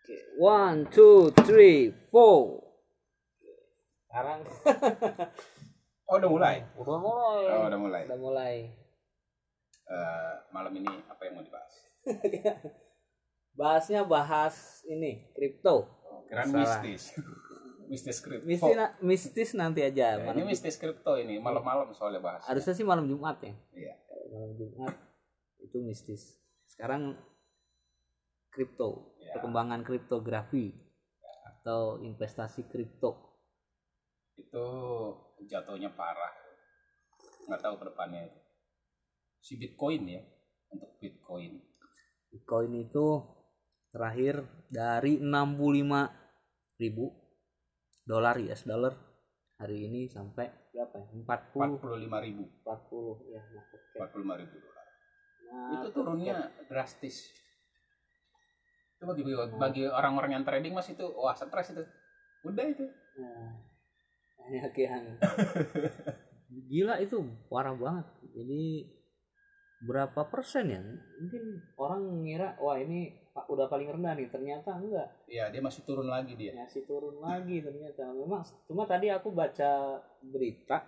One, two, three, four. Sekarang Oh, udah mulai. udah mulai. Oh, udah mulai. Udah mulai. Malam ini apa yang mau dibahas? Bahas ini kripto. Keren mistis. Mistis kripto. Mistis nanti aja. Ya, ini mistis kripto ini malam-malam soalnya bahas. Harusnya sih malam Jumat ya. Iya. Malam Jumat itu mistis. Sekarang kripto, perkembangan kriptografi atau investasi kripto. Itu jatuhnya parah. Nggak tahu ke depannya itu. Si Bitcoin ya, untuk Bitcoin. Bitcoin itu terakhir dari 65.000 dolar US dollar hari ini sampai berapa ya? 45.000. 40 ya, 45.000 dolar. Nah, itu turunnya drastis. Itu bagi orang-orang yang trading Mas itu wah stres itu. Udah itu. Nah, banyak yang gila itu parah banget. Jadi berapa persen ya? Mungkin orang ngira wah ini udah paling rendah nih, ternyata enggak. Iya, dia masih turun lagi dia. Masih turun lagi ternyata. Memang cuma tadi aku baca berita.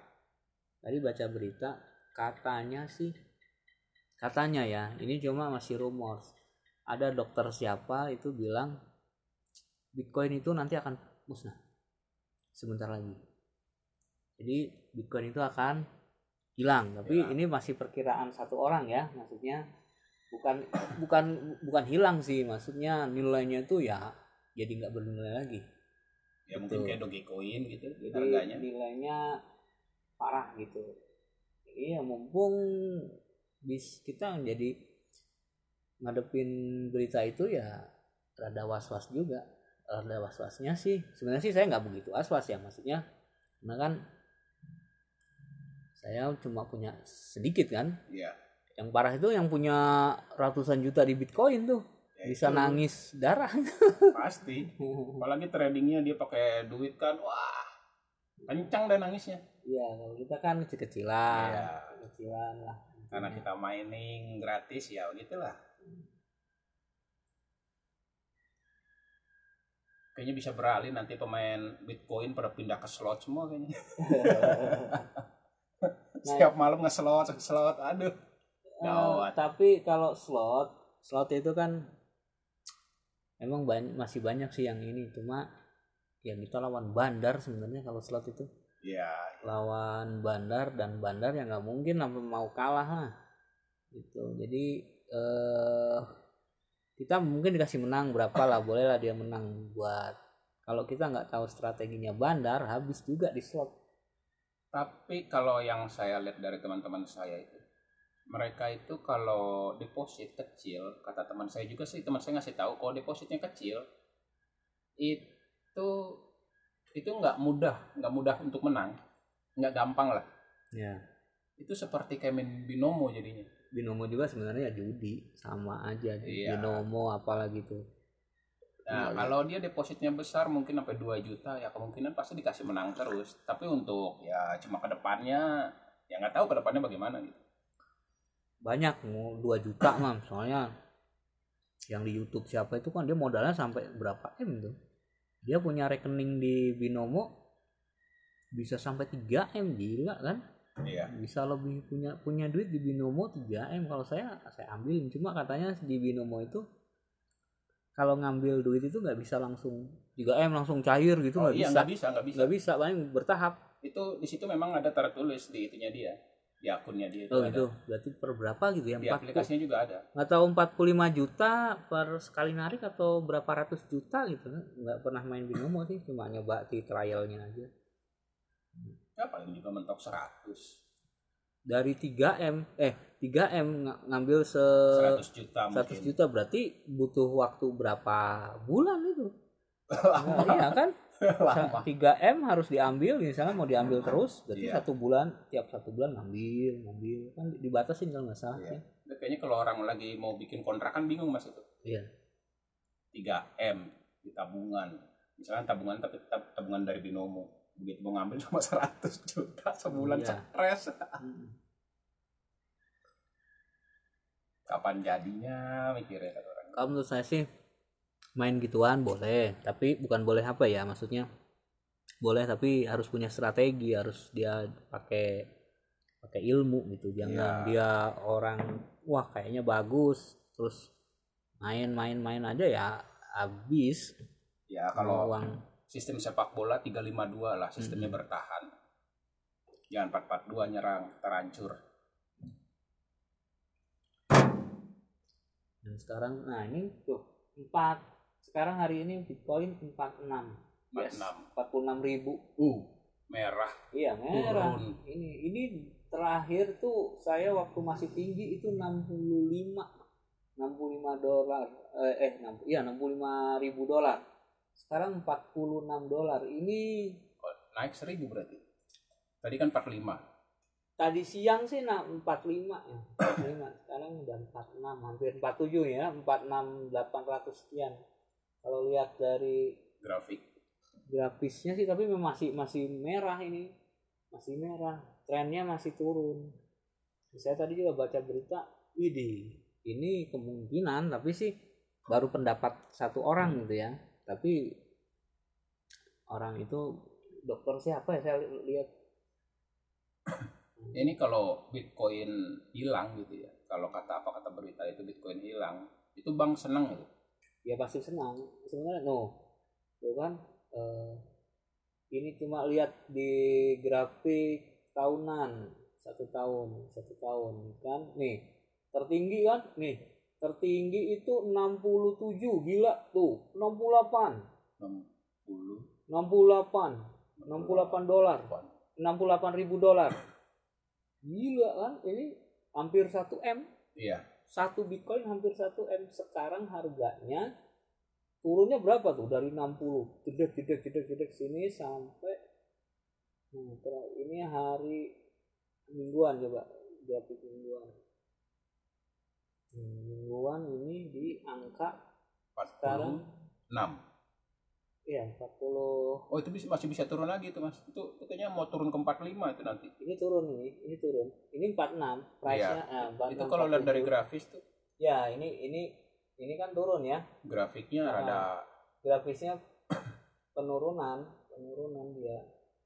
Katanya ya, ini cuma masih rumor. Ada dokter siapa itu bilang Bitcoin itu nanti akan musnah sebentar lagi. Jadi Bitcoin itu akan hilang, tapi ini masih perkiraan satu orang ya, maksudnya bukan hilang sih, maksudnya nilainya itu ya jadi nggak bernilai lagi. Ya mungkin kayak Dogecoin gitu, jadi harganya nilainya parah gitu. Iya, mumpung kita jadi ngadepin berita itu ya rada was-was juga. Rada was-wasnya sih sebenarnya sih saya nggak begitu was-was ya, maksudnya karena kan saya cuma punya sedikit kan. Iya. Yang parah itu yang punya ratusan juta di Bitcoin tuh ya, bisa itu nangis darah. Pasti. Apalagi tradingnya dia pakai duit kan, wah kencang deh nangisnya. Iya, kalau kita kan kecil-kecilan. Iya. Kecilan lah. Karena kita mining gratis ya begitulah. Kayaknya bisa beralih nanti pemain Bitcoin pada pindah ke slot semua kayaknya. Setiap malam nge-slot, aduh. Tapi kalau slot itu kan emang masih banyak sih yang ini, cuma ya kita lawan bandar sebenarnya kalau slot itu. Iya. Lawan bandar, dan bandar ya nggak mungkin mau kalah lah. Gitu. Jadi kita mungkin dikasih menang berapa lah, boleh lah dia menang buat. Kalau kita nggak tahu strateginya bandar, habis juga di slot. Tapi kalau yang saya lihat dari teman-teman saya itu, mereka itu kalau deposit kecil, kata teman saya juga sih, teman saya ngasih tahu kalau depositnya kecil itu nggak mudah untuk menang, nggak gampang lah. Ya. Itu seperti kayak main binomo jadinya. Binomo juga sebenarnya judi, sama aja. Iya. Binomo apalagi tuh. Nah, kalau dia depositnya besar mungkin sampai 2 juta ya kemungkinan pasti dikasih menang terus. Tapi untuk ya cuma ke depannya ya nggak tahu ke depannya bagaimana gitu. Banyak mau 2 juta mah, soalnya yang di YouTube siapa itu kan dia modalnya sampai berapa M tuh. Dia punya rekening di binomo bisa sampai 3 M, gila kan? Iya. Bisa lebih punya duit di binomo 3 M. Kalau saya ambilin, cuma katanya di binomo itu kalau ngambil duit itu nggak bisa langsung 3 M langsung cair gitu, nggak bisa. Nggak bisa, paling bertahap. Itu di situ memang ada tertulis di itunya dia, di akunnya dia itu. Oh gitu, berarti per berapa gitu ya? Di aplikasinya juga ada. Nggak tahu 45 juta per sekali narik atau berapa ratus juta gitu. Nggak pernah main binomo sih, cuma nyoba di trialnya aja. Ya paling juga mentok 100. Dari 3M ngambil 100 juta 100 juta berarti butuh waktu berapa bulan itu? Nah, iya kan? 3M harus diambil, misalnya mau diambil terus berarti 1 bulan, tiap 1 bulan ngambil kan dibatasin kalau nggak salah. Iya. Kayaknya kalau orang lagi mau bikin kontrakan bingung Mas itu. Iya. 3M di tabungan, misalnya tabungan tapi tabungan dari binomo, begitu mau ngambil cuma 100 juta sebulan. Iya. Stres. Kapan jadinya mikirnya kata orang. Kalau menurut saya sih main gituan boleh, tapi bukan boleh apa ya, maksudnya boleh tapi harus punya strategi, harus dia pakai ilmu gitu. Jangan dia orang wah kayaknya bagus terus main aja ya habis. Ya kalau sistem sepak bola 3-5-2 lah sistemnya, bertahan. Jangan 4-4-2 nyerang, terancur. Dan sekarang nah ini tuh sekarang hari ini Bitcoin 46. Yes, 46.000. Merah. Iya, merah. Turun. Ini terakhir tuh saya waktu masih tinggi itu 65 dolar. 65.000 dolar. Sekarang 46 dolar. Ini naik 1.000 berarti. Tadi kan 45. Tadi siang sih 45 ya. 45. Sekarang udah 46, hampir 47 ya, 46.800 sekian. Kalau lihat dari grafisnya sih, tapi masih merah ini. Masih merah. Trennya masih turun. Saya tadi juga baca berita, widih, ini kemungkinan, tapi sih baru pendapat satu orang gitu ya. Tapi orang itu dokter siapa ya, saya lihat. Ini kalau Bitcoin hilang gitu ya, kalau kata berita itu Bitcoin hilang, itu bank senang gitu? Ya pasti senang sebenarnya. Tuh kan ini cuma lihat di grafik tahunan, satu tahun kan nih, tertinggi kan nih, tertinggi itu 67, gila tuh 68 dolar, 68.000 dolar, gila kan, ini hampir 1 M. Iya. Satu Bitcoin hampir 1 M. Sekarang harganya turunnya berapa tuh, dari 60 jedek sini sampai ini hari mingguan, coba grafik mingguan ini di angka 46 sekarang. Iya, 40. Oh, itu masih bisa turun lagi tuh, Mas. Itu kayaknya mau turun ke 45 itu nanti. Ini turun. Ini 46 price-nya. Iya. Itu kalau lihat dari grafis tuh. Ya, ini kan turun ya. Grafiknya ada grafisnya penurunan dia.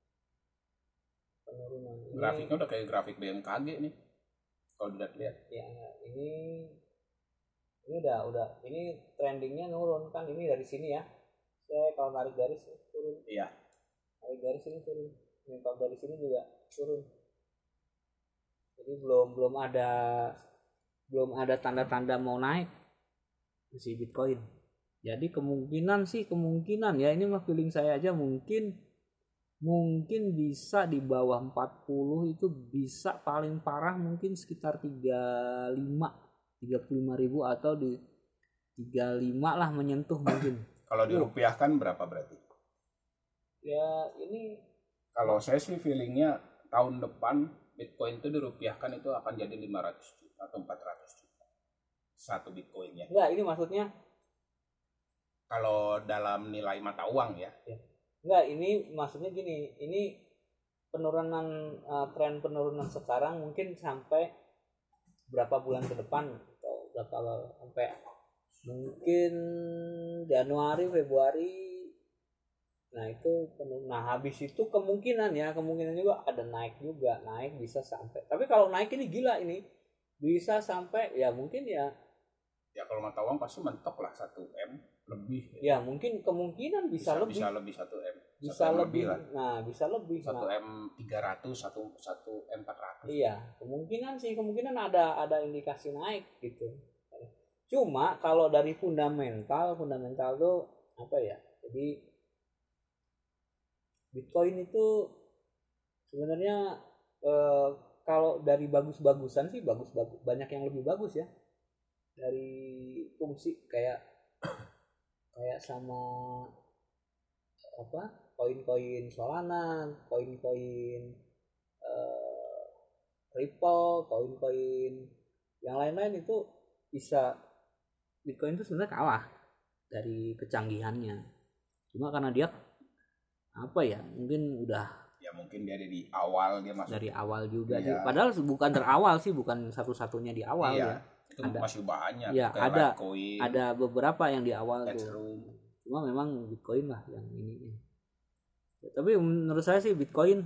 Grafiknya udah kayak grafik BMKG nih. Kalau dilihat. Ya, ini udah ini trendingnya nurun kan, ini dari sini ya. Saya kalau tarik garis turun. Iya. Tarik garis ini turun. Ini kalau dari sini juga turun. Jadi belum ada tanda-tanda mau naik si Bitcoin. Jadi kemungkinan ya, ini mah feeling saya aja, mungkin bisa di bawah 40, itu bisa paling parah mungkin sekitar 35.000 atau di 35 lah menyentuh mungkin. Kalau dirupiahkan berapa berarti? Ya ini kalau saya sih feelingnya tahun depan Bitcoin itu dirupiahkan itu akan jadi 500 juta atau 400 juta satu Bitcoinnya. Enggak, ini maksudnya kalau dalam nilai mata uang ya. Enggak, ini maksudnya gini, ini penurunan, tren penurunan sekarang mungkin sampai berapa bulan ke depan, atau sampai mungkin Januari, Februari. Nah itu habis itu kemungkinan juga ada naik bisa sampai, tapi kalau naik ini gila, ini bisa sampai ya mungkin ya kalau mata uang pasti mentok lah 1 M lebih ya, mungkin kemungkinan bisa lebih 1 M bisa lebih lah. Nah bisa lebih 1 M 300, 1 M 400. Iya, kemungkinan ada indikasi naik gitu. Cuma kalau dari fundamental tuh apa ya, jadi Bitcoin itu sebenarnya kalau dari bagus-bagusan sih banyak yang lebih bagus ya, dari fungsi kayak sama koin-koin Solana, koin-koin Ripple, koin-koin yang lain-lain itu bisa. Bitcoin itu sebenarnya kalah dari kecanggihannya, cuma karena dia mungkin dia ada di awal, dia masuk dari awal juga sih, padahal bukan terawal sih, bukan satu-satunya di awal ya. Itu masih banyak. Ya, kayak Litecoin, ada beberapa yang di awal tuh. Ethereum. Cuma memang Bitcoin lah yang ini. Ya, tapi menurut saya sih Bitcoin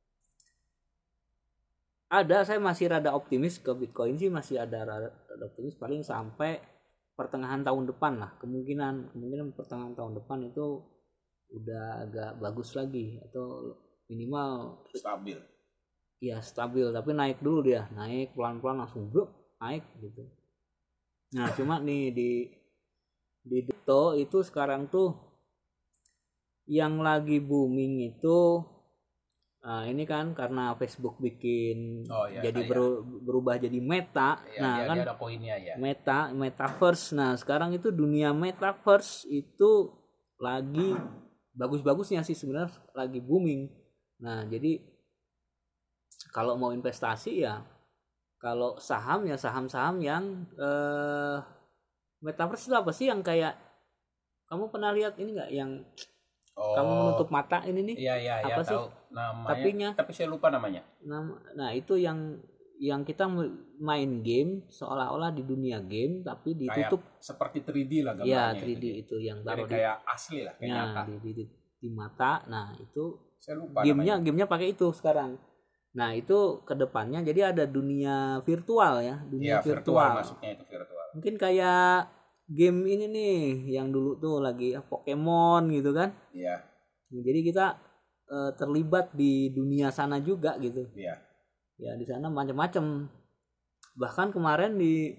saya masih rada optimis ke Bitcoin sih, masih ada rada optimis paling sampai pertengahan tahun depan lah. Kemungkinan pertengahan tahun depan itu udah agak bagus lagi atau minimal stabil. Ya stabil, tapi naik dulu dia, naik pelan-pelan langsung naik gitu. Nah cuma nih di kripto itu sekarang tuh yang lagi booming itu ini kan karena Facebook bikin jadi berubah jadi Meta. Nah kan ada koinnya ya. Metaverse. Nah sekarang itu dunia Metaverse itu lagi bagus-bagusnya sih sebenarnya, lagi booming. Nah jadi kalau mau investasi ya, kalau saham ya saham-saham yang Metaverse itu apa sih yang kayak kamu pernah lihat ini nggak yang kamu menutup mata ini nih? Iya apa sih? Tahu namanya. Tapi saya lupa namanya. Nah itu yang kita main game seolah-olah di dunia game tapi ditutup kayak seperti 3D lah gambarnya. Ya 3D itu yang taruh kayak asli lah, kayak nyata. Di mata. Nah itu saya lupa gamenya pakai itu sekarang. Nah itu kedepannya jadi ada dunia virtual ya, dunia virtual. Masuknya itu virtual. Mungkin kayak game ini nih yang dulu tuh lagi Pokemon gitu kan. Iya. Jadi kita terlibat di dunia sana juga gitu. Iya. Ya di sana macam-macam. Bahkan kemarin di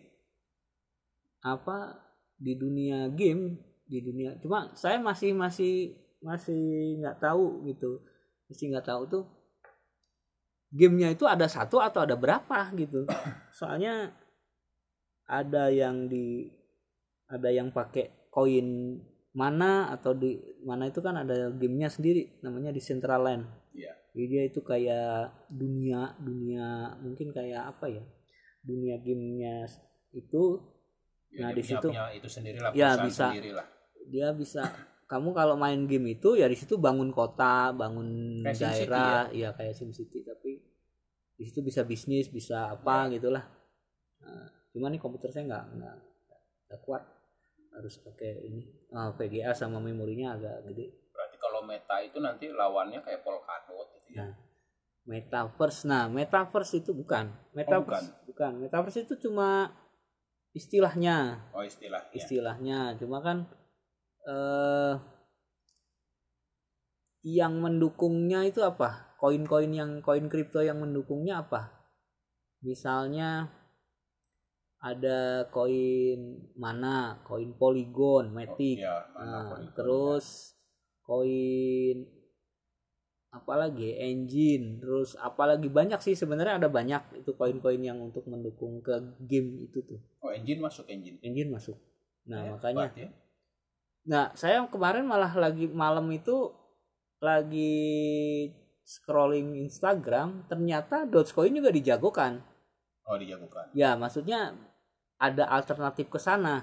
dunia game, cuma saya masih nggak tahu gitu. Masih nggak tahu tuh gamenya itu ada satu atau ada berapa gitu. Soalnya ada yang pakai koin mana atau di mana itu kan ada gamenya sendiri namanya Decentraland. Iya. Jadi dia itu kayak dunia mungkin kayak apa ya? Dunia gamenya itu. Ya, nah di situ itu sendirilah, ya bisa sendirilah. Dia bisa kamu kalau main game itu ya di situ bangun kota, bangun kayak daerah, ya kayak SimCity, tapi di situ bisa bisnis, bisa apa gitulah. Nah, cuma nih komputer saya nggak kuat, harus pakai ini VGA sama memorinya agak gede. Berarti kalau Meta itu nanti lawannya kayak Polkadot gitu ya. Nah, Metaverse. Nah, Metaverse itu bukan. Bukan. Metaverse itu cuma istilahnya. Oh, istilahnya. Istilahnya. Cuma kan yang mendukungnya itu apa? Koin kripto yang mendukungnya apa? Misalnya ada koin mana, koin Polygon, Matic, Polygon, terus koin apalagi Engine, terus apalagi banyak sih sebenarnya, ada banyak itu koin-koin yang untuk mendukung ke game itu tuh. Oh, Engine masuk. Engine masuk. Nah makanya. Nah saya kemarin malah lagi malam itu lagi scrolling Instagram, ternyata Dogecoin juga dijagokan. Oh, dijagokan. Ya maksudnya ada alternatif ke sana.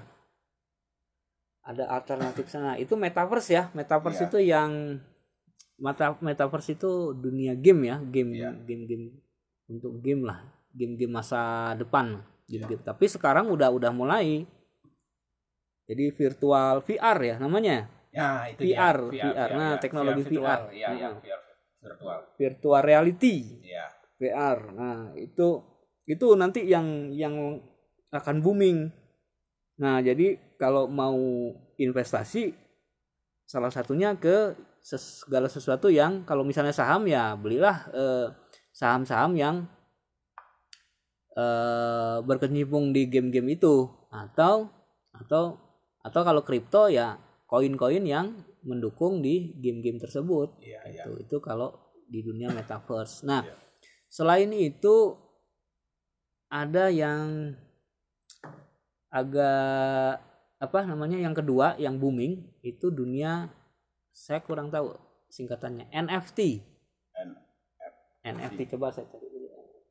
Itu Metaverse ya. Metaverse itu yang Metaverse itu dunia game ya, game untuk game lah, game masa depan, game. Tapi sekarang udah mulai. Jadi virtual VR ya namanya. Ya, itu VR. Nah, teknologi VR. Iya, Virtual reality. Iya. VR. Nah, itu nanti yang akan booming. Nah, jadi kalau mau investasi salah satunya ke segala sesuatu yang, kalau misalnya saham ya belilah saham-saham yang berkecimpung di game-game itu, atau kalau kripto ya koin-koin yang mendukung di game-game tersebut. Itu kalau di dunia Metaverse. Nah, selain itu ada yang agak yang kedua yang booming itu dunia, saya kurang tahu singkatannya, NFT. NFT coba saya cari dulu.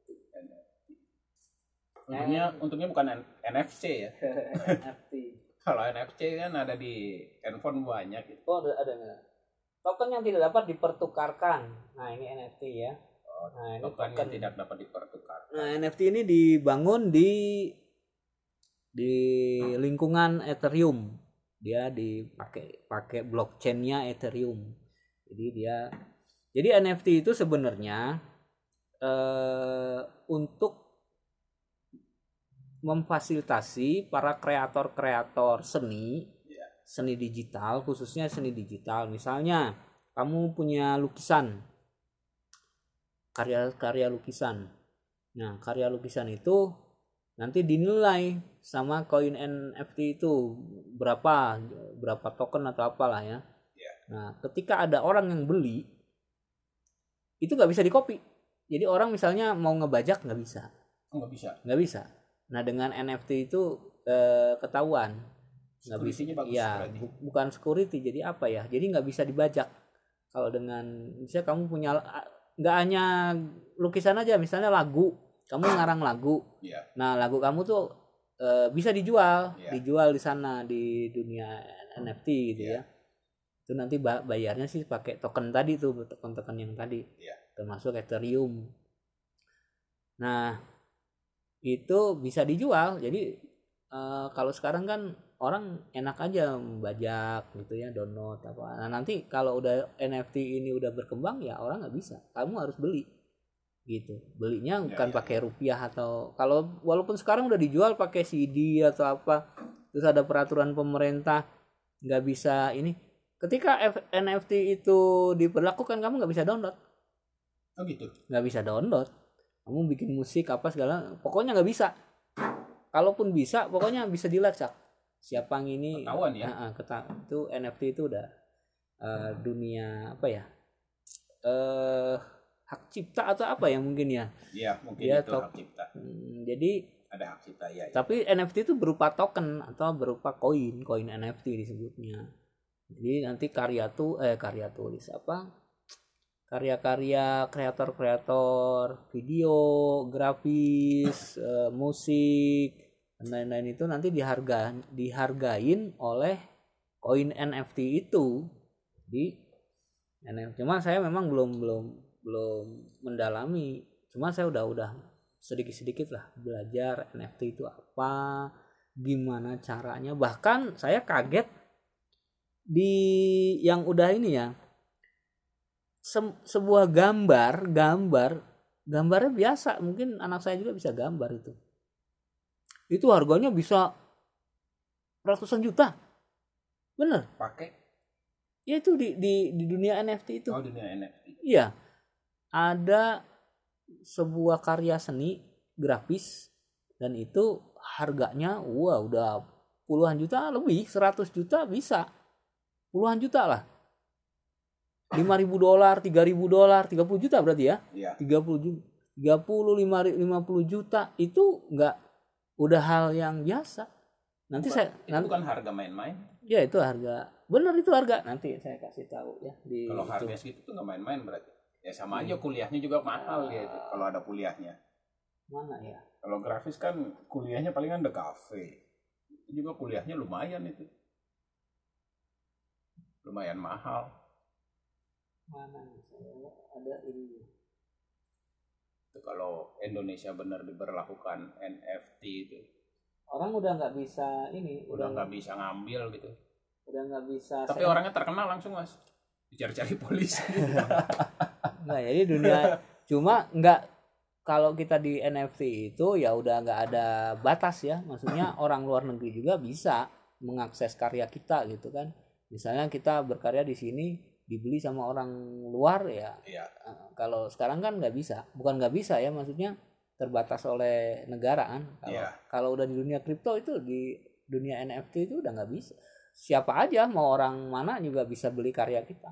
Untungnya bukan NFC ya. NFT. Kalau NFC kan ada di handphone banyak gitu. Oh, ada nggak? Token yang tidak dapat dipertukarkan. Nah, ini NFT ya. Nah, ini token yang tidak dapat dipertukarkan. Nah, NFT ini dibangun di di lingkungan Ethereum. Dia pakai blockchainnya Ethereum. Jadi NFT itu sebenarnya untuk memfasilitasi para kreator seni digital, khususnya seni digital. Misalnya kamu punya lukisan, karya lukisan. Nah, karya lukisan itu nanti dinilai sama koin NFT itu berapa token atau apalah ya. Nah, ketika ada orang yang beli, itu nggak bisa dikopi. Jadi orang misalnya mau ngebajak nggak bisa. Nggak bisa. Nah, dengan NFT itu ketahuan. Nggak bisa. Ya, bukan security. Jadi apa ya? Jadi nggak bisa dibajak. Kalau dengan misalnya kamu punya nggak hanya lukisan aja, misalnya lagu, kamu ngarang lagu. Nah, lagu kamu tuh bisa dijual di sana di dunia NFT gitu ya. Itu nanti bayarnya sih pakai token tadi tuh, token yang tadi, termasuk Ethereum. Nah, itu bisa dijual. Jadi kalau sekarang kan orang enak aja membajak gitu ya, download apa. Nah, nanti kalau udah NFT ini udah berkembang ya orang nggak bisa, kamu harus beli gitu. Belinya bukan pakai rupiah atau kalau walaupun sekarang udah dijual pakai CD atau apa, terus ada peraturan pemerintah nggak bisa ini. Ketika NFT itu diberlakukan kamu nggak bisa download. Oh gitu. Nggak bisa download. Kamu bikin musik apa segala, pokoknya nggak bisa. Kalaupun bisa, pokoknya bisa dilacak. Siapa yang ini? Ketahuan ya. Itu NFT itu udah dunia apa ya? Hak cipta atau apa ya mungkin ya? Iya, mungkin itu hak cipta. Jadi ada hak cipta ya. Tapi NFT itu berupa token atau berupa koin NFT disebutnya. Jadi nanti karya tulis apa? Karya-karya kreator video, grafis, musik dan lain-lain itu nanti dihargain oleh koin NFT itu di NFT. Cuma saya memang belum mendalami. Cuma saya udah sedikit-sedikit lah belajar NFT itu apa, gimana caranya. Bahkan saya kaget di yang udah ini ya. Sebuah gambarnya biasa, mungkin anak saya juga bisa gambar itu harganya bisa ratusan juta, bener pakai ya itu di dunia NFT itu. Dunia NFT iya, ada sebuah karya seni grafis dan itu harganya udah puluhan juta lebih, 100 juta bisa, puluhan juta lah, $5.000, $3.000, 30 juta berarti ya. 50 juta itu enggak udah hal yang biasa. Nanti itu bukan harga main-main. Ya itu harga. Benar itu harga. Nanti saya kasih tahu ya kalau harga segitu tuh enggak main-main berarti. Ya sama aja kuliahnya juga mahal dia itu kalau ada kuliahnya. Mana ya? Kalau grafis kan kuliahnya palingan ada kafe. Itu juga kuliahnya lumayan itu. Lumayan mahal. Mana ada ini. Itu kalau Indonesia benar diberlakukan NFT itu, orang udah nggak bisa ini, udah nggak bisa ngambil gitu, udah nggak bisa. Tapi orangnya terkenal langsung mas, dicari-cari polisi. Nggak, jadi dunia cuma nggak, kalau kita di NFT itu ya udah nggak ada batas ya, maksudnya orang luar negeri juga bisa mengakses karya kita gitu kan. Misalnya kita berkarya di sini dibeli sama orang luar ya. Kalau sekarang kan nggak bisa, bukan nggak bisa ya, maksudnya terbatas oleh negara kan. Kalau udah di dunia kripto itu, di dunia NFT itu udah nggak bisa, siapa aja mau orang mana juga bisa beli karya kita.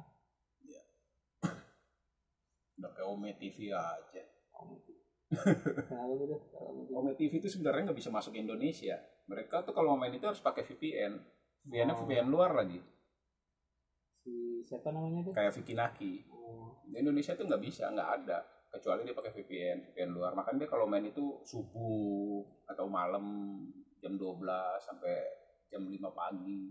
Udah kayak Ome TV aja. Kenapa gitu? Ome TV itu sebenarnya nggak bisa masuk Indonesia. Mereka tuh kalau main itu harus pakai VPN. VPN luar lagi. Siapa namanya tuh? Kayak Vicky Naki. Di Indonesia tuh nggak bisa, nggak ada, kecuali dia pakai VPN luar. Makanya dia kalau main itu subuh atau malam jam 12 sampai jam 5 pagi.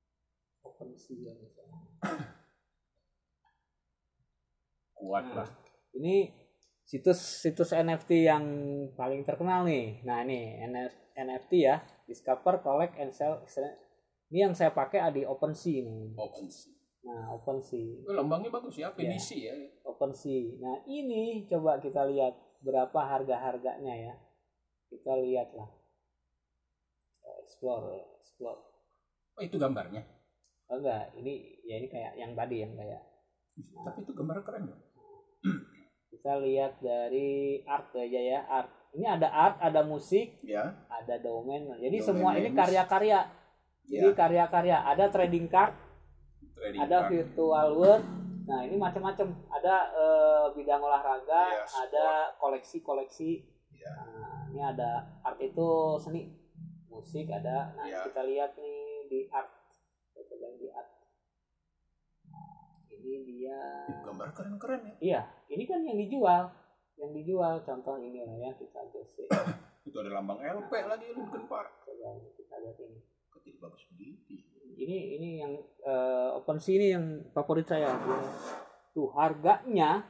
Kuat lah. Ini situs NFT yang paling terkenal nih. Nah ini NFT ya, discover, collect, and sell. Ini yang saya pakai di OpenSea nih. OpenSea. Nah, OpenSea. Lambangnya bagus ya, PDC ya. OpenSea. Nah, ini coba kita lihat berapa harga-harganya ya. Kita lihat lah. Explore. Oh, itu gambarnya? Oh enggak, ini kayak yang tadi yang kayak. Nah, tapi itu gambar keren loh. Kita lihat dari art aja ya, art. Ini ada art, ada musik, ya. Ada domain. Jadi semua ini karya-karya. Jadi karya-karya, ada trading card, ada virtual world. Nah, ini macam-macam. Ada bidang olahraga, ada koleksi-koleksi. Nah, ini ada art itu seni, musik ada. Nah, kita lihat nih di art. Kita coba di art. Nah, ini dia. Gambar keren-keren ya. Iya, ini kan yang dijual. Contoh ini lah ya, kita geser. Itu ada lambang LP lagi Linkin Park. Coba kita lihat ini. Tidak bagus begitu. Ini yang OpenSea ini yang favorit saya. Tuh harganya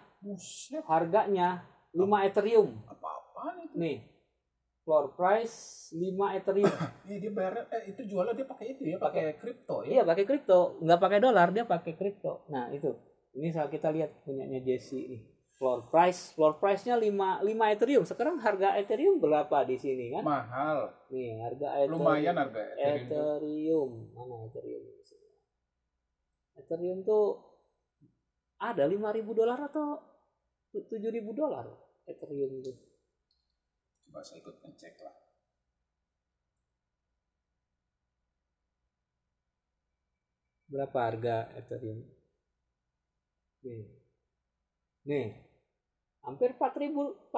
5 Ethereum. Apa-apaan itu? Nih. Floor price 5 Ethereum. Dia bayar itu jualnya dia pakai itu ya, pakai kripto ya. Iya, pakai kripto, nggak pakai dolar, dia pakai kripto. Nah, itu. Ini saat kita lihat punyanya Jesse nih. Floor price-nya 5 Ethereum. Sekarang harga Ethereum berapa di sini kan? Mahal. Nih, harga Ethereum. Lumayan harga Ethereum. Mana Ethereum? Ethereum tuh ada $5.000 atau $7.000 Ethereum tuh. Coba saya ikut ngecek lah. Berapa harga Ethereum? Nih. Hampir $4.000.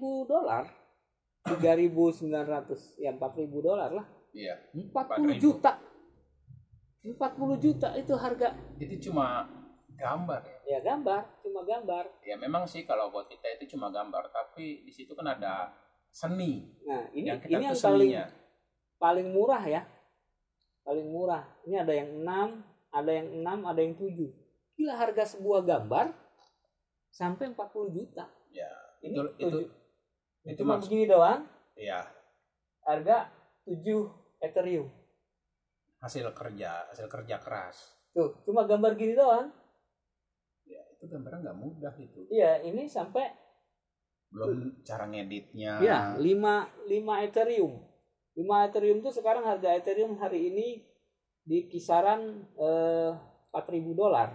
$3.900. Ya, $4.000 lah. Iya. 40 juta. 40 juta itu harga. Itu cuma gambar ya? Ya, cuma gambar. Ya memang sih kalau buat kita itu cuma gambar, tapi di situ kan ada seni. Nah, ini yang seninya. paling murah ya. Paling murah. Ini ada yang 6, ada yang 7. Gila, harga sebuah gambar sampai 40 juta. Ya, itu cuma begini doang. Iya. Harga 7 Ethereum. Hasil kerja keras. Tuh, cuma gambar gini doang. Ya, itu gambarnya nggak mudah itu. Iya, ini sampai belum cara ngeditnya. Ya, 5 Ethereum. 5 Ethereum tuh sekarang harga Ethereum hari ini di kisaran $4.000.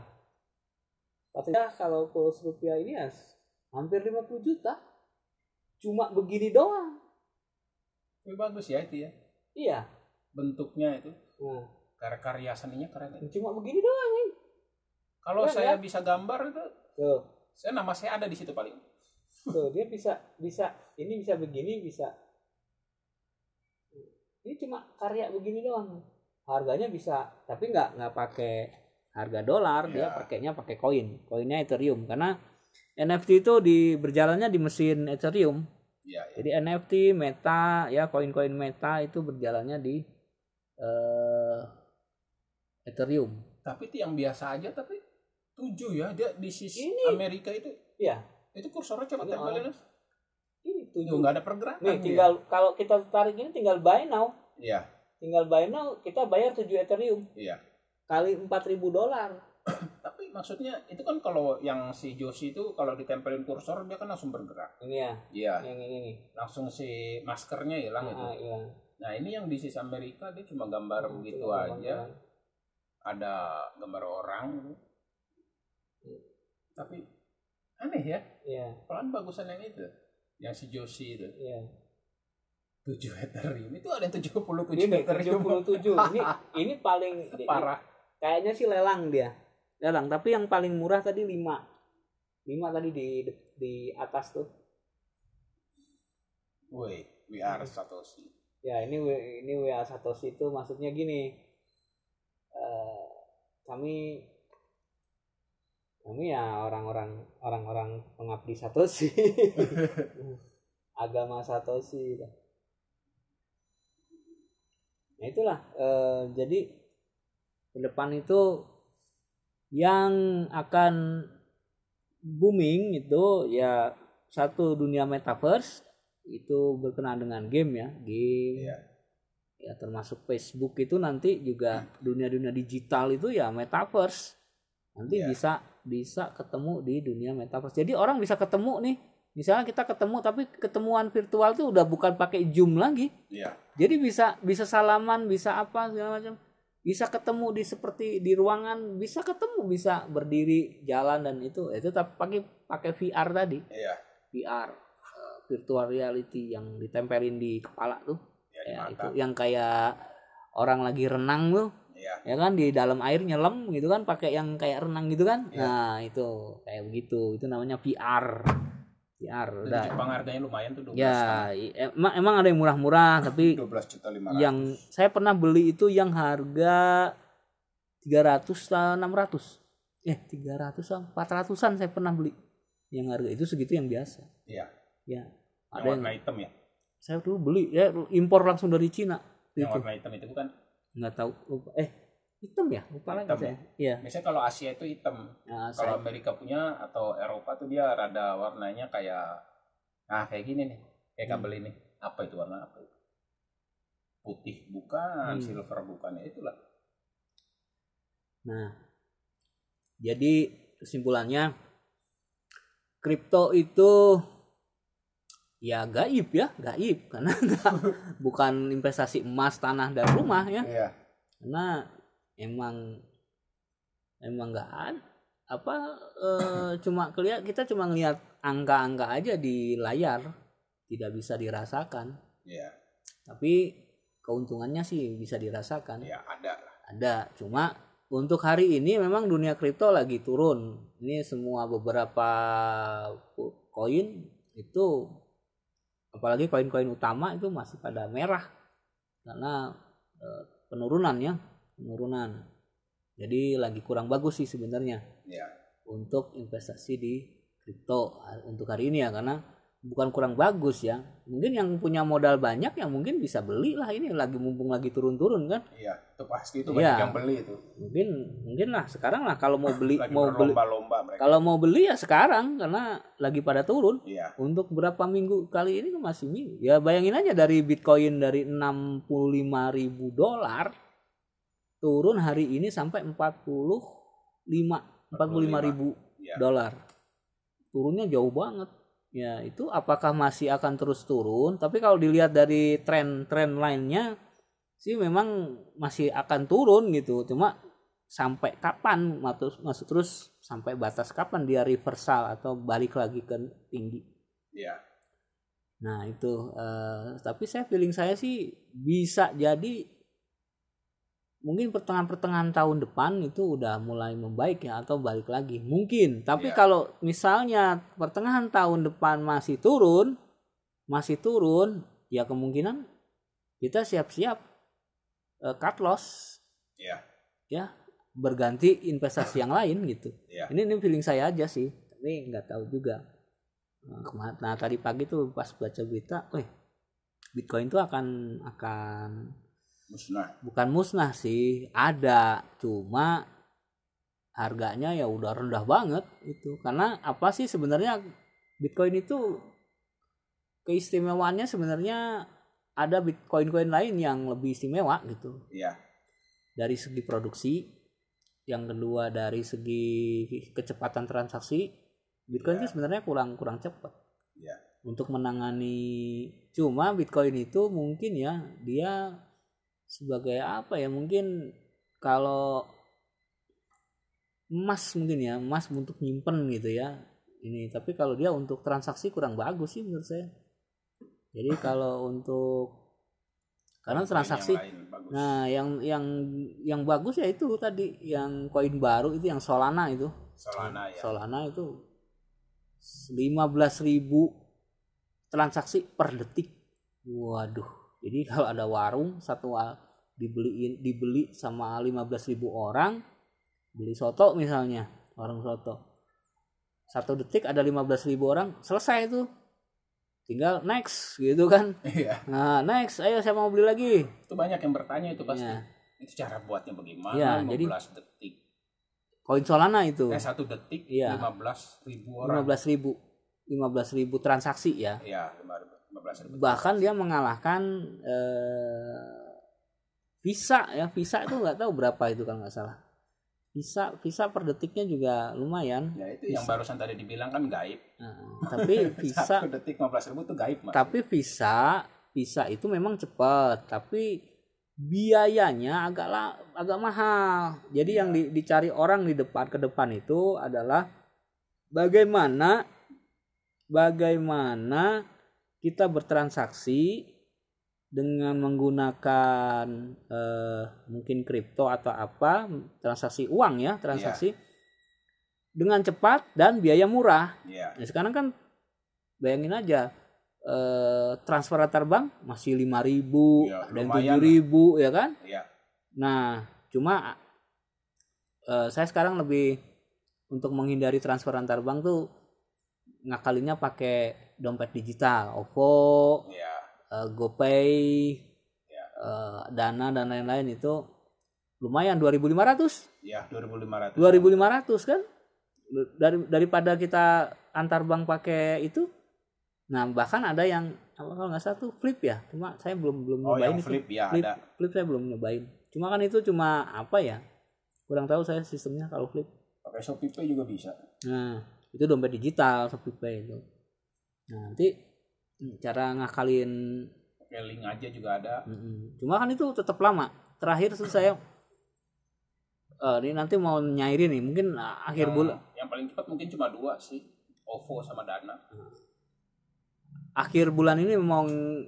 Kalau kurs rupiah ini ya hampir 50 juta. Cuma begini doang. Tapi bagus ya itu ya. Iya. Bentuknya itu. Nah, karya seninya keren ya. Cuma begini doang nih. Kalau saya bisa gambar itu, tuh. Nama saya ada di situ paling. Tuh, dia bisa ini bisa begini, bisa. Ini cuma karya begini doang. Harganya bisa, tapi nggak pakai harga dolar, dia pakainya pakai koinnya Ethereum, karena NFT itu berjalannya di mesin Ethereum. Ya. Jadi NFT, Meta, ya koin-koin Meta itu berjalannya di Ethereum. Tapi itu yang biasa aja, tapi 7 ya, dia di sisi ini, Amerika itu. Iya. Itu kursornya coba tempelin. Ini 7. Nggak ada pergerakan. Nih, tinggal kalau kita tarik ini tinggal buy now. Iya. Tinggal buy now, kita bayar 7 Ethereum. Iya. Kali $4.000. Tapi maksudnya itu kan kalau yang si Joshi itu kalau ditempelin kursor dia kan langsung bergerak. Ini ya. Iya. Yang ini. Langsung si maskernya hilang itu. Iya. Nah, ini yang di sisi Amerika dia cuma gambar begitu aja. Ada gambar orang gitu. Tapi aneh ya. Iya. Pelan bagusan yang itu. Yang si Joshi itu. Iya. 7 Ethereum. Itu ada yang 77 ini Ethereum. 77. ini paling parah. Kayaknya sih lelang dia. Lelang, tapi yang paling murah tadi 5. 5 tadi di atas tuh. Woi, we are Satoshi. Ya, ini we are Satoshi itu maksudnya gini. Kami ya orang-orang pengabdi Satoshi. Agama Satoshi. Nah, itulah jadi ke depan itu yang akan booming itu ya satu dunia metaverse, itu berkenaan dengan game ya, game. Iya. Ya termasuk Facebook itu nanti juga dunia-dunia digital itu ya metaverse. Nanti bisa ketemu di dunia metaverse. Jadi orang bisa ketemu nih. Misalnya kita ketemu tapi ketemuan virtual tuh udah bukan pakai Zoom lagi. Iya. Jadi bisa salaman, bisa apa segala macam. Bisa ketemu seperti di ruangan, bisa ketemu, bisa berdiri, jalan dan itu tapi pakai VR tadi. Iya. VR virtual reality yang ditempelin di kepala tuh. Ya, itu yang kayak orang lagi renang tuh. Ya kan di dalam air nyelam gitu kan, pakai yang kayak renang gitu kan. Nah, itu kayak begitu. Itu namanya VR. VR udah. Jepang harganya lumayan tuh 12. Ya, emang ada yang murah-murah tapi 12.500.000. Yang saya pernah beli itu yang harga 300 600. 300-an, 400-an saya pernah beli. Yang harga itu segitu yang biasa. Iya. Ya. Ada yang warna hitam ya? Saya dulu beli ya, impor langsung dari Cina. Yang warna hitam itu bukan? Nggak tahu, lupa. Hitam ya? Lupa lagi saya. Iya. Biasanya kalau Asia itu hitam. Nah, kalau Amerika punya atau Eropa tuh dia rada warnanya kayak kayak gini nih. Kayak kabel ini. Apa itu warna apa itu? Putih bukan, silver bukan, ya itulah. Nah. Jadi kesimpulannya kripto itu ya gaib karena bukan investasi emas, tanah dan rumah ya. Iya. Karena emang nggak ada kita cuma ngelihat angka-angka aja di layar, tidak bisa dirasakan. Iya. Tapi keuntungannya sih bisa dirasakan. Iya, ada. Ada, cuma untuk hari ini memang dunia kripto lagi turun. Ini semua beberapa koin itu, apalagi koin-koin utama itu masih pada merah karena penurunan. Jadi lagi kurang bagus sih sebenarnya untuk investasi di kripto untuk hari ini ya, karena bukan kurang bagus ya. Mungkin yang punya modal banyak yang mungkin bisa beli lah, ini lagi mumpung lagi turun-turun kan. Iya, itu pasti itu banyak yang beli itu. Mungkin lah sekarang lah kalau mau beli mereka. Kalau mau beli ya sekarang karena lagi pada turun. Iya. Untuk berapa minggu kali ini masih minggu. Ya bayangin aja dari Bitcoin dari $65.000 turun hari ini sampai $45.000. Turunnya jauh banget. Ya, itu apakah masih akan terus turun? Tapi kalau dilihat dari tren lainnya sih memang masih akan turun gitu. Cuma sampai kapan? Maksud terus sampai batas kapan dia reversal atau balik lagi ke tinggi? Iya. Nah, itu tapi feeling saya sih bisa jadi mungkin pertengahan tahun depan itu udah mulai membaik ya, atau balik lagi mungkin. Tapi kalau misalnya pertengahan tahun depan masih turun ya kemungkinan kita siap-siap cut loss. Ya, berganti investasi yang lain gitu. Ini feeling saya aja sih, tapi nggak tahu juga. Nah, tadi pagi tuh pas baca berita, Bitcoin tuh akan musnah. Bukan musnah sih, ada, cuma harganya ya udah rendah banget itu. Karena apa sih sebenarnya Bitcoin itu keistimewaannya sebenarnya ada Bitcoin lain yang lebih istimewa gitu. Iya. Dari segi produksi, yang kedua dari segi kecepatan transaksi, Bitcoin itu sebenarnya kurang cepat. Iya. Untuk menangani, cuma Bitcoin itu mungkin ya dia sebagai apa ya, mungkin kalau emas untuk nyimpen gitu ya ini, tapi kalau dia untuk transaksi kurang bagus sih menurut saya. Jadi kalau untuk karena transaksi yang bagus ya itu tadi yang koin baru itu yang Solana itu. Solana itu 15.000 transaksi per detik. Waduh. Jadi kalau ada warung satu dibeli sama 15.000 orang, beli soto misalnya, warung soto. 1 detik ada 15.000 orang, selesai itu. Tinggal next gitu kan. Iya. Nah, next, ayo saya mau beli lagi. Itu banyak yang bertanya itu pasti. Ya. Itu cara buatnya bagaimana? Ya, 15 jadi, detik. Koin Solana itu. 1 detik 15.000 orang. 15.000 transaksi ya. Iya, 15.000. Bahkan dia mengalahkan Visa ya. Visa itu nggak tahu berapa itu kalau nggak salah. Visa per detiknya juga lumayan. Ya itu yang barusan tadi dibilang kan gaib. Tapi Visa 1 detik 15.000 itu gaib, Mas. Tapi Visa itu memang cepat, tapi biayanya agak mahal. Jadi yang dicari orang di depan ke depan itu adalah bagaimana kita bertransaksi dengan menggunakan mungkin kripto atau apa, transaksi uang ya, dengan cepat dan biaya murah. Nah, sekarang kan bayangin aja, transfer antar bank masih 5.000 dan 7.000 ya kan? Nah, cuma saya sekarang lebih untuk menghindari transfer antar bank tuh ngakalinnya pakai dompet digital, OVO, GoPay, Dana dan lain-lain itu lumayan 2.500. Ya, 2.500. 2.500 kan? Daripada kita antar bank pakai itu. Nah, bahkan ada yang kalau nggak salah tuh Flip ya. Cuma saya belum nyobain itu. Flip ya, ada. Flip saya belum nyobain. Cuma kan itu cuma apa ya? Kurang tahu saya sistemnya kalau Flip. Pakai ShopeePay juga bisa. Nah, itu dompet digital ShopeePay itu. Nah, nanti cara ngakalin pakai link aja juga ada. Cuma kan itu tetap lama. Terakhir tuh saya ini nanti mau nyairin nih, mungkin akhir bulan. Yang paling cepat mungkin cuma 2 sih, OVO sama Dana. Akhir bulan ini mau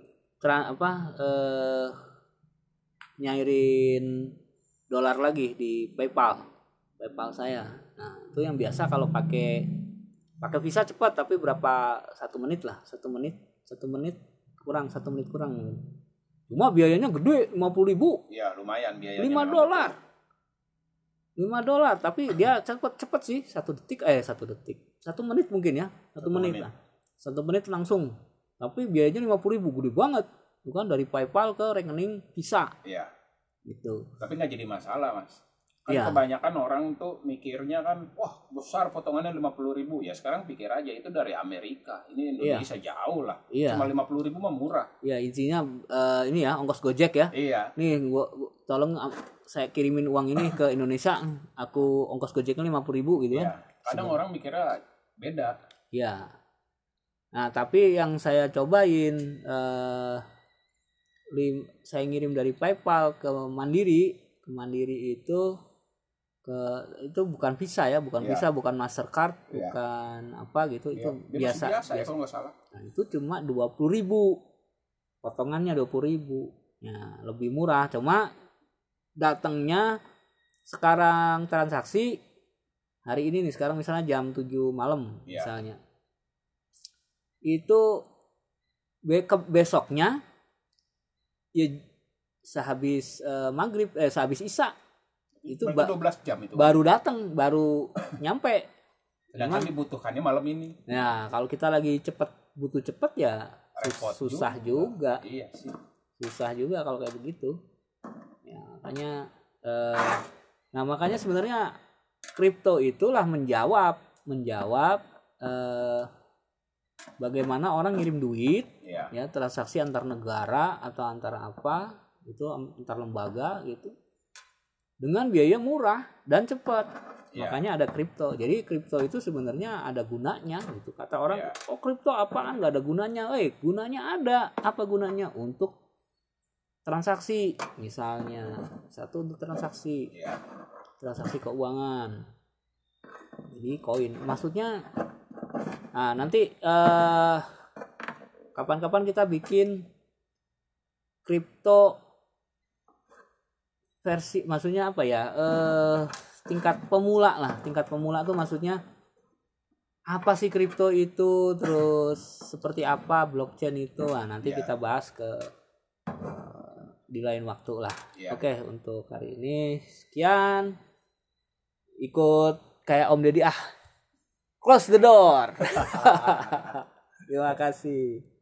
nyairin dolar lagi di PayPal saya. Nah, itu yang biasa kalau pakai Visa cepat, tapi berapa 1 menit lah, 1 menit kurang. Cuma biayanya gede, 50.000. Ya, lumayan biayanya. $5, tapi dia cepet sih, 1 detik. 1 menit mungkin ya, 1 menit lah. 1 menit langsung. Tapi biayanya 50.000, gede banget. Bukan dari PayPal ke rekening Visa. Iya. Gitu. Tapi nggak jadi masalah, Mas. Kan kebanyakan orang tuh mikirnya kan, wah besar potongannya 50.000. Ya sekarang pikir aja itu dari Amerika. Ini Indonesia jauh lah. Cuma 50.000 mah murah. Iya, intinya ini ya, ongkos Gojek ya. Iya. Nih gua tolong saya kirimin uang ini ke Indonesia, aku ongkos Gojeknya 50.000 gitu kan. Kadang orang mikirnya beda. Iya. Nah, tapi yang saya cobain saya ngirim dari PayPal ke Mandiri itu bukan Visa ya, Visa, bukan Mastercard, bukan apa gitu, itu biasa ya, kalau nggak salah. Nah, itu cuma 20.000, potongannya 20.000, ya lebih murah. Cuma datangnya sekarang transaksi hari ini nih, sekarang misalnya jam 7 malam misalnya, itu besoknya ya sehabis maghrib, sehabis isya itu 12 jam itu baru datang, baru nyampe. Sedangkan dibutuhkannya malam ini. Nah, kalau kita lagi butuh cepet ya susah juga. Iya sih. Susah juga kalau kayak begitu. Ya, makanya sebenarnya kripto itulah menjawab bagaimana orang ngirim duit, ya transaksi antar negara atau antar apa itu, antar lembaga gitu, dengan biaya murah dan cepat. Makanya ada kripto. Jadi kripto itu sebenarnya ada gunanya gitu. Kata orang, oh kripto apaan, nggak ada gunanya. Gunanya ada. Apa gunanya? Untuk transaksi, misalnya satu untuk transaksi keuangan. Jadi koin. Maksudnya, nah nanti kapan-kapan kita bikin kripto versi, maksudnya apa ya, tingkat pemula tuh maksudnya apa sih kripto itu, terus seperti apa blockchain itu. Nah, nanti kita bahas di lain waktu lah. Oke, untuk hari ini sekian. Ikut kayak Om Deddy, close the door. Terima kasih.